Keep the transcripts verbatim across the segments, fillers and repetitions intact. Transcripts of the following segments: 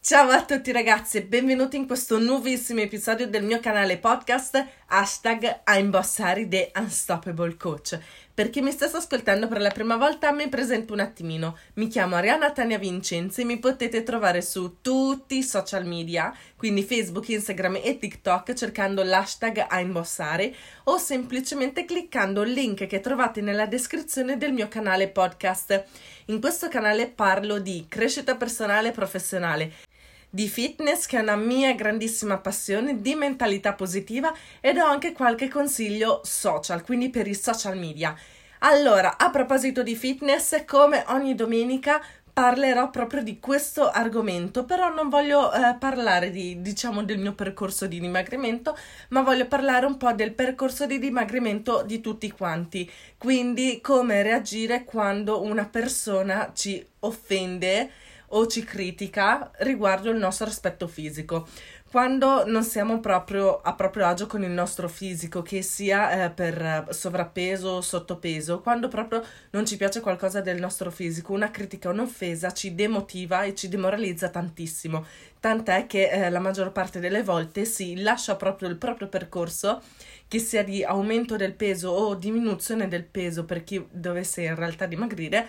Ciao a tutti ragazzi e benvenuti in questo nuovissimo episodio del mio canale podcast hashtag I'm Bossari The Unstoppable Coach. Per chi mi stesse ascoltando per la prima volta mi presento un attimino, mi chiamo Arianna Tania Vincenzi, mi potete trovare su tutti i social media, quindi Facebook, Instagram e TikTok cercando l'hashtag I'm Bossari o semplicemente cliccando il link che trovate nella descrizione del mio canale podcast. In questo canale parlo di crescita personale e professionale, di fitness che è una mia grandissima passione, di mentalità positiva ed ho anche qualche consiglio social, quindi per i social media. Allora, a proposito di fitness, come ogni domenica parlerò proprio di questo argomento, però non voglio eh, parlare di, diciamo, del mio percorso di dimagrimento, ma voglio parlare un po' del percorso di dimagrimento di tutti quanti, quindi come reagire quando una persona ci offende o ci critica riguardo il nostro aspetto fisico, quando non siamo proprio a proprio agio con il nostro fisico, che sia eh, per sovrappeso o sottopeso, quando proprio non ci piace qualcosa del nostro fisico, una critica o un'offesa ci demotiva e ci demoralizza tantissimo, tant'è che eh, la maggior parte delle volte si lascia proprio il proprio percorso, che sia di aumento del peso o diminuzione del peso per chi dovesse in realtà dimagrire,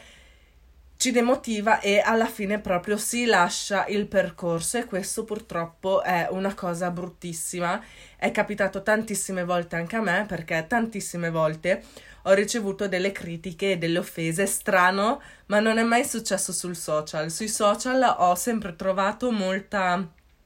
ci demotiva e alla fine proprio si lascia il percorso e questo purtroppo è una cosa bruttissima. È capitato tantissime volte anche a me, perché tantissime volte ho ricevuto delle critiche e delle offese. Strano, ma non è mai successo sul social. Sui social ho sempre trovato molta,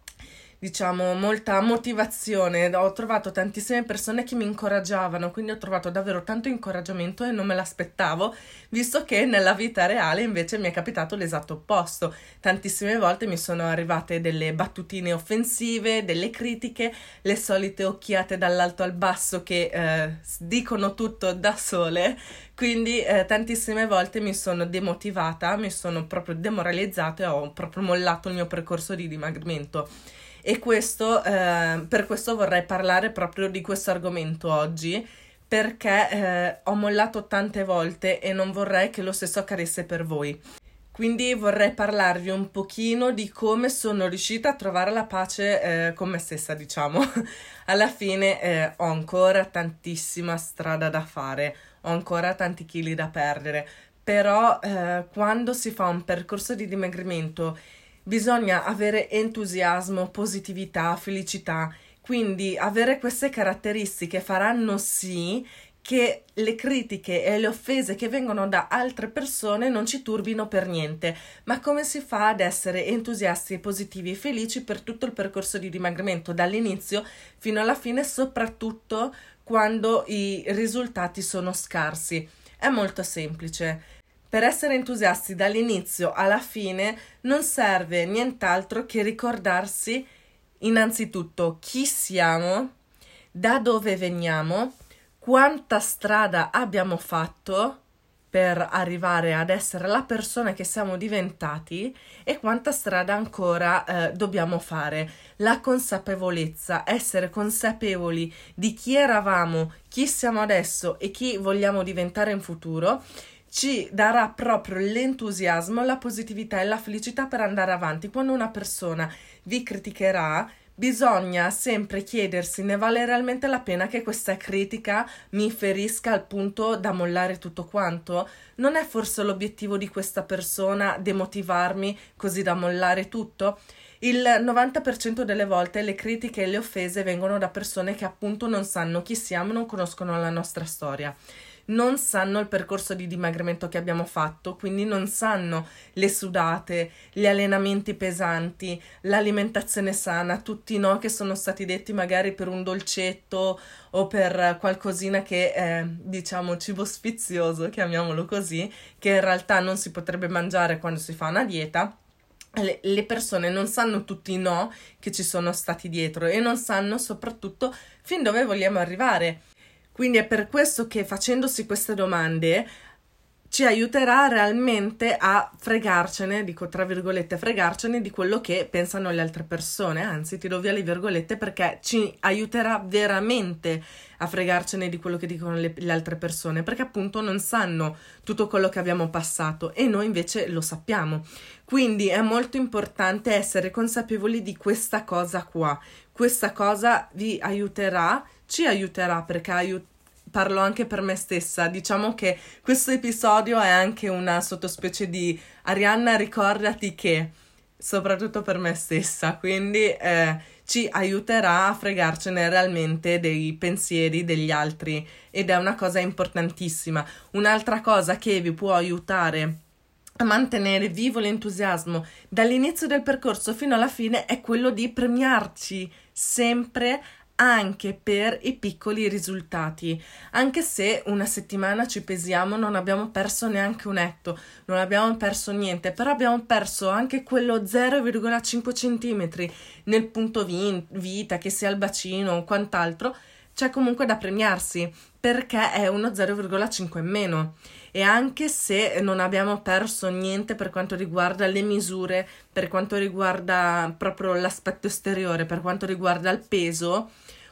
diciamo, molta motivazione, ho trovato tantissime persone che mi incoraggiavano, quindi ho trovato davvero tanto incoraggiamento e non me l'aspettavo, visto che nella vita reale invece mi è capitato l'esatto opposto. Tantissime volte mi sono arrivate delle battutine offensive, delle critiche, le solite occhiate dall'alto al basso che eh, dicono tutto da sole, quindi eh, tantissime volte mi sono demotivata, mi sono proprio demoralizzata e ho proprio mollato il mio percorso di dimagrimento. E questo, eh, per questo vorrei parlare proprio di questo argomento oggi, perché eh, ho mollato tante volte e non vorrei che lo stesso accadesse per voi. Quindi vorrei parlarvi un pochino di come sono riuscita a trovare la pace eh, con me stessa, diciamo. Alla fine eh, ho ancora tantissima strada da fare, ho ancora tanti chili da perdere, però eh, quando si fa un percorso di dimagrimento bisogna avere entusiasmo, positività, felicità, quindi avere queste caratteristiche faranno sì che le critiche e le offese che vengono da altre persone non ci turbino per niente. Ma come si fa ad essere entusiasti, positivi e felici per tutto il percorso di dimagrimento, dall'inizio fino alla fine, soprattutto quando i risultati sono scarsi? È molto semplice. Per essere entusiasti dall'inizio alla fine non serve nient'altro che ricordarsi innanzitutto chi siamo, da dove veniamo, quanta strada abbiamo fatto per arrivare ad essere la persona che siamo diventati e quanta strada ancora eh, dobbiamo fare. La consapevolezza, essere consapevoli di chi eravamo, chi siamo adesso e chi vogliamo diventare in futuro, ci darà proprio l'entusiasmo, la positività e la felicità per andare avanti. Quando una persona vi criticherà, bisogna sempre chiedersi: ne vale realmente la pena che questa critica mi ferisca al punto da mollare tutto quanto? Non è forse l'obiettivo di questa persona demotivarmi così da mollare tutto? Il novanta per cento delle volte le critiche e le offese vengono da persone che appunto non sanno chi siamo, non conoscono la nostra storia. Non sanno il percorso di dimagrimento che abbiamo fatto, quindi non sanno le sudate, gli allenamenti pesanti, l'alimentazione sana, tutti i no che sono stati detti magari per un dolcetto o per qualcosina che è, diciamo, cibo sfizioso, chiamiamolo così, che in realtà non si potrebbe mangiare quando si fa una dieta. Le, le persone non sanno tutti i no che ci sono stati dietro e non sanno soprattutto fin dove vogliamo arrivare. Quindi è per questo che, facendosi queste domande, ci aiuterà realmente a fregarcene, dico tra virgolette fregarcene, di quello che pensano le altre persone, anzi tiro via le virgolette perché ci aiuterà veramente a fregarcene di quello che dicono le, le altre persone, perché appunto non sanno tutto quello che abbiamo passato e noi invece lo sappiamo. Quindi è molto importante essere consapevoli di questa cosa qua. Questa cosa vi aiuterà, ci aiuterà perché aiuterà. Parlo anche per me stessa, diciamo che questo episodio è anche una sottospecie di Arianna ricordati che, soprattutto per me stessa, quindi eh, ci aiuterà a fregarcene realmente dei pensieri degli altri ed è una cosa importantissima. Un'altra cosa che vi può aiutare a mantenere vivo l'entusiasmo dall'inizio del percorso fino alla fine è quello di premiarci sempre anche per i piccoli risultati, anche se una settimana ci pesiamo, non abbiamo perso neanche un etto, non abbiamo perso niente, però abbiamo perso anche quello zero virgola cinque centimetri nel punto vi- vita, che sia il bacino o quant'altro, c'è comunque da premiarsi perché è uno zero virgola cinque in meno. E anche se non abbiamo perso niente per quanto riguarda le misure, per quanto riguarda proprio l'aspetto esteriore, per quanto riguarda il peso,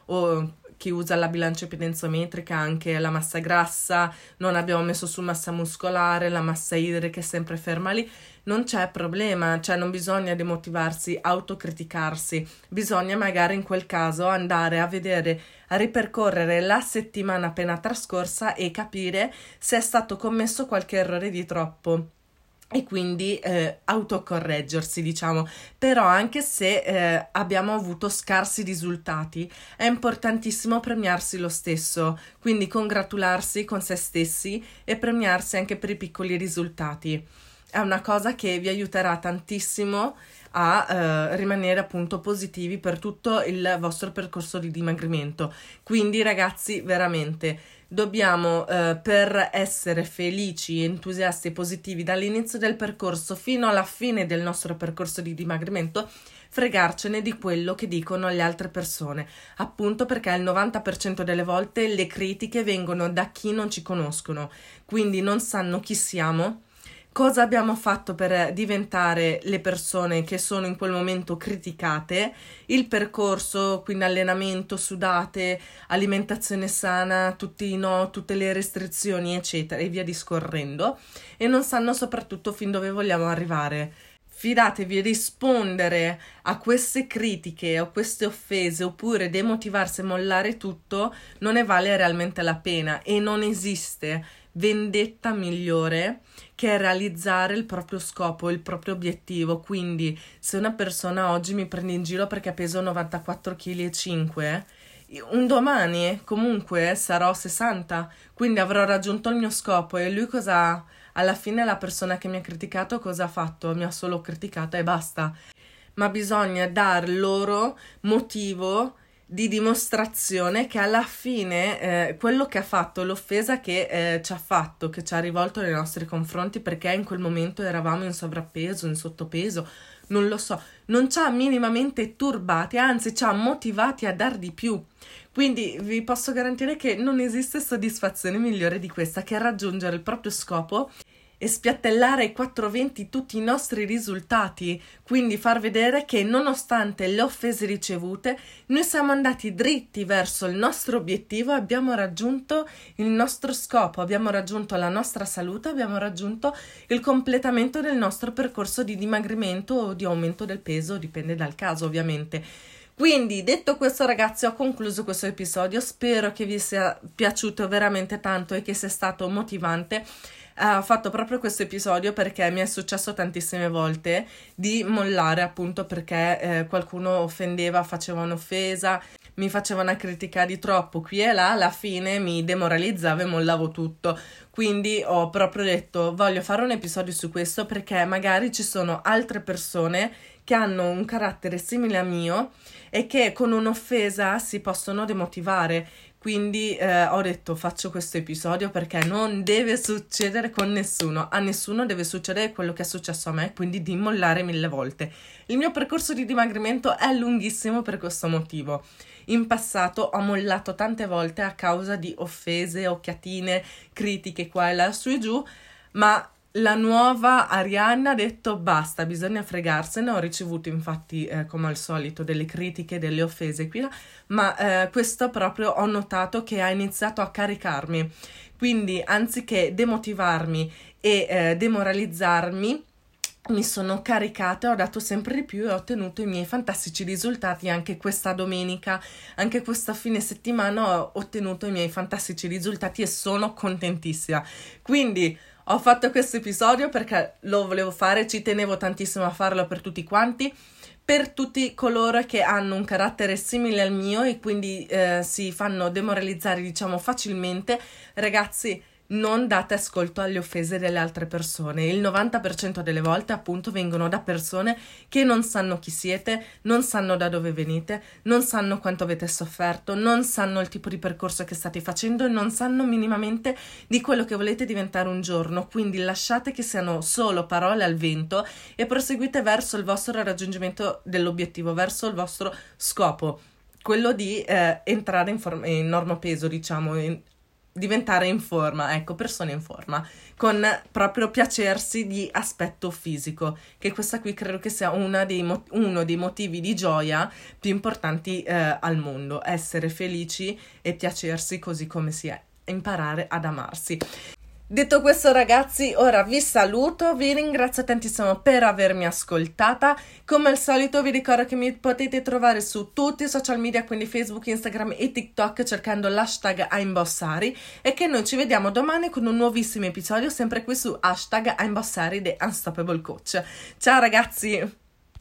o chi usa la bilancia epidenzometrica, anche la massa grassa, non abbiamo messo su massa muscolare, la massa idrica è sempre ferma lì, non c'è problema, cioè non bisogna demotivarsi, autocriticarsi, bisogna magari in quel caso andare a vedere, a ripercorrere la settimana appena trascorsa e capire se è stato commesso qualche errore di troppo. E quindi eh, autocorreggersi, diciamo. Però anche se eh, abbiamo avuto scarsi risultati, è importantissimo premiarsi lo stesso, quindi congratularsi con se stessi e premiarsi anche per i piccoli risultati. È una cosa che vi aiuterà tantissimo a eh, rimanere appunto positivi per tutto il vostro percorso di dimagrimento. Quindi ragazzi, veramente dobbiamo, eh, per essere felici, entusiasti e positivi dall'inizio del percorso fino alla fine del nostro percorso di dimagrimento, fregarcene di quello che dicono le altre persone, appunto perché il novanta per cento delle volte le critiche vengono da chi non ci conoscono, quindi non sanno chi siamo, cosa abbiamo fatto per diventare le persone che sono in quel momento criticate, il percorso, quindi allenamento, sudate, alimentazione sana, tutti i no, tutte le restrizioni, eccetera, e via discorrendo, e non sanno soprattutto fin dove vogliamo arrivare. Fidatevi, rispondere a queste critiche o queste offese oppure demotivarsi e mollare tutto non ne vale realmente la pena e non esiste vendetta migliore che realizzare il proprio scopo, il proprio obiettivo. Quindi se una persona oggi mi prende in giro perché peso novantaquattro virgola cinque chili, un domani comunque sarò sessanta, quindi avrò raggiunto il mio scopo. E lui cosa, alla fine la persona che mi ha criticato cosa ha fatto? Mi ha solo criticato e basta. Ma bisogna dar loro motivo di dimostrazione che alla fine eh, quello che ha fatto, l'offesa che eh, ci ha fatto, che ci ha rivolto nei nostri confronti perché in quel momento eravamo in sovrappeso, in sottopeso, non lo so, non ci ha minimamente turbati, anzi ci ha motivati a dar di più. Quindi vi posso garantire che non esiste soddisfazione migliore di questa, che raggiungere il proprio scopo e spiattellare ai quattrocentoventi tutti i nostri risultati, quindi far vedere che nonostante le offese ricevute noi siamo andati dritti verso il nostro obiettivo e abbiamo raggiunto il nostro scopo, abbiamo raggiunto la nostra salute, abbiamo raggiunto il completamento del nostro percorso di dimagrimento o di aumento del peso, dipende dal caso ovviamente. Quindi, detto questo ragazzi, ho concluso questo episodio, spero che vi sia piaciuto veramente tanto e che sia stato motivante. Uh, ho fatto proprio questo episodio perché mi è successo tantissime volte di mollare, appunto perché eh, qualcuno offendeva, faceva un'offesa, mi faceva una critica di troppo qui e là, alla fine mi demoralizzava e mollavo tutto. Quindi ho proprio detto voglio fare un episodio su questo perché magari ci sono altre persone che hanno un carattere simile a mio e che con un'offesa si possono demotivare. Quindi eh, ho detto faccio questo episodio perché non deve succedere con nessuno, a nessuno deve succedere quello che è successo a me, quindi di mollare mille volte. Il mio percorso di dimagrimento è lunghissimo per questo motivo. In passato ho mollato tante volte a causa di offese, occhiatine, critiche qua e là su e giù, ma la nuova Arianna ha detto basta, bisogna fregarsene. Ho ricevuto infatti eh, come al solito delle critiche, delle offese qui, ma eh, questo proprio ho notato che ha iniziato a caricarmi, quindi anziché demotivarmi e eh, demoralizzarmi mi sono caricata, ho dato sempre di più e ho ottenuto i miei fantastici risultati. Anche questa domenica, anche questa fine settimana ho ottenuto i miei fantastici risultati e sono contentissima. Quindi ho fatto questo episodio perché lo volevo fare, ci tenevo tantissimo a farlo per tutti quanti, per tutti coloro che hanno un carattere simile al mio e quindi eh, si fanno demoralizzare, diciamo, facilmente. Ragazzi, non date ascolto alle offese delle altre persone. Il novanta per cento delle volte appunto vengono da persone che non sanno chi siete, non sanno da dove venite, non sanno quanto avete sofferto, non sanno il tipo di percorso che state facendo e non sanno minimamente di quello che volete diventare un giorno. Quindi lasciate che siano solo parole al vento e proseguite verso il vostro raggiungimento dell'obiettivo, verso il vostro scopo, quello di eh, entrare in, form- in normopeso, diciamo, in- diventare in forma, ecco, persone in forma, con proprio piacersi di aspetto fisico, che questa qui credo che sia una dei mo- uno dei motivi di gioia più importanti eh, al mondo, essere felici e piacersi così come si è, imparare ad amarsi. Detto questo, ragazzi, ora vi saluto, vi ringrazio tantissimo per avermi ascoltata. Come al solito vi ricordo che mi potete trovare su tutti i social media, quindi Facebook, Instagram e TikTok, cercando l'hashtag Aimbossari, e che noi ci vediamo domani con un nuovissimo episodio, sempre qui su hashtag Aimbossari The Unstoppable Coach. Ciao ragazzi!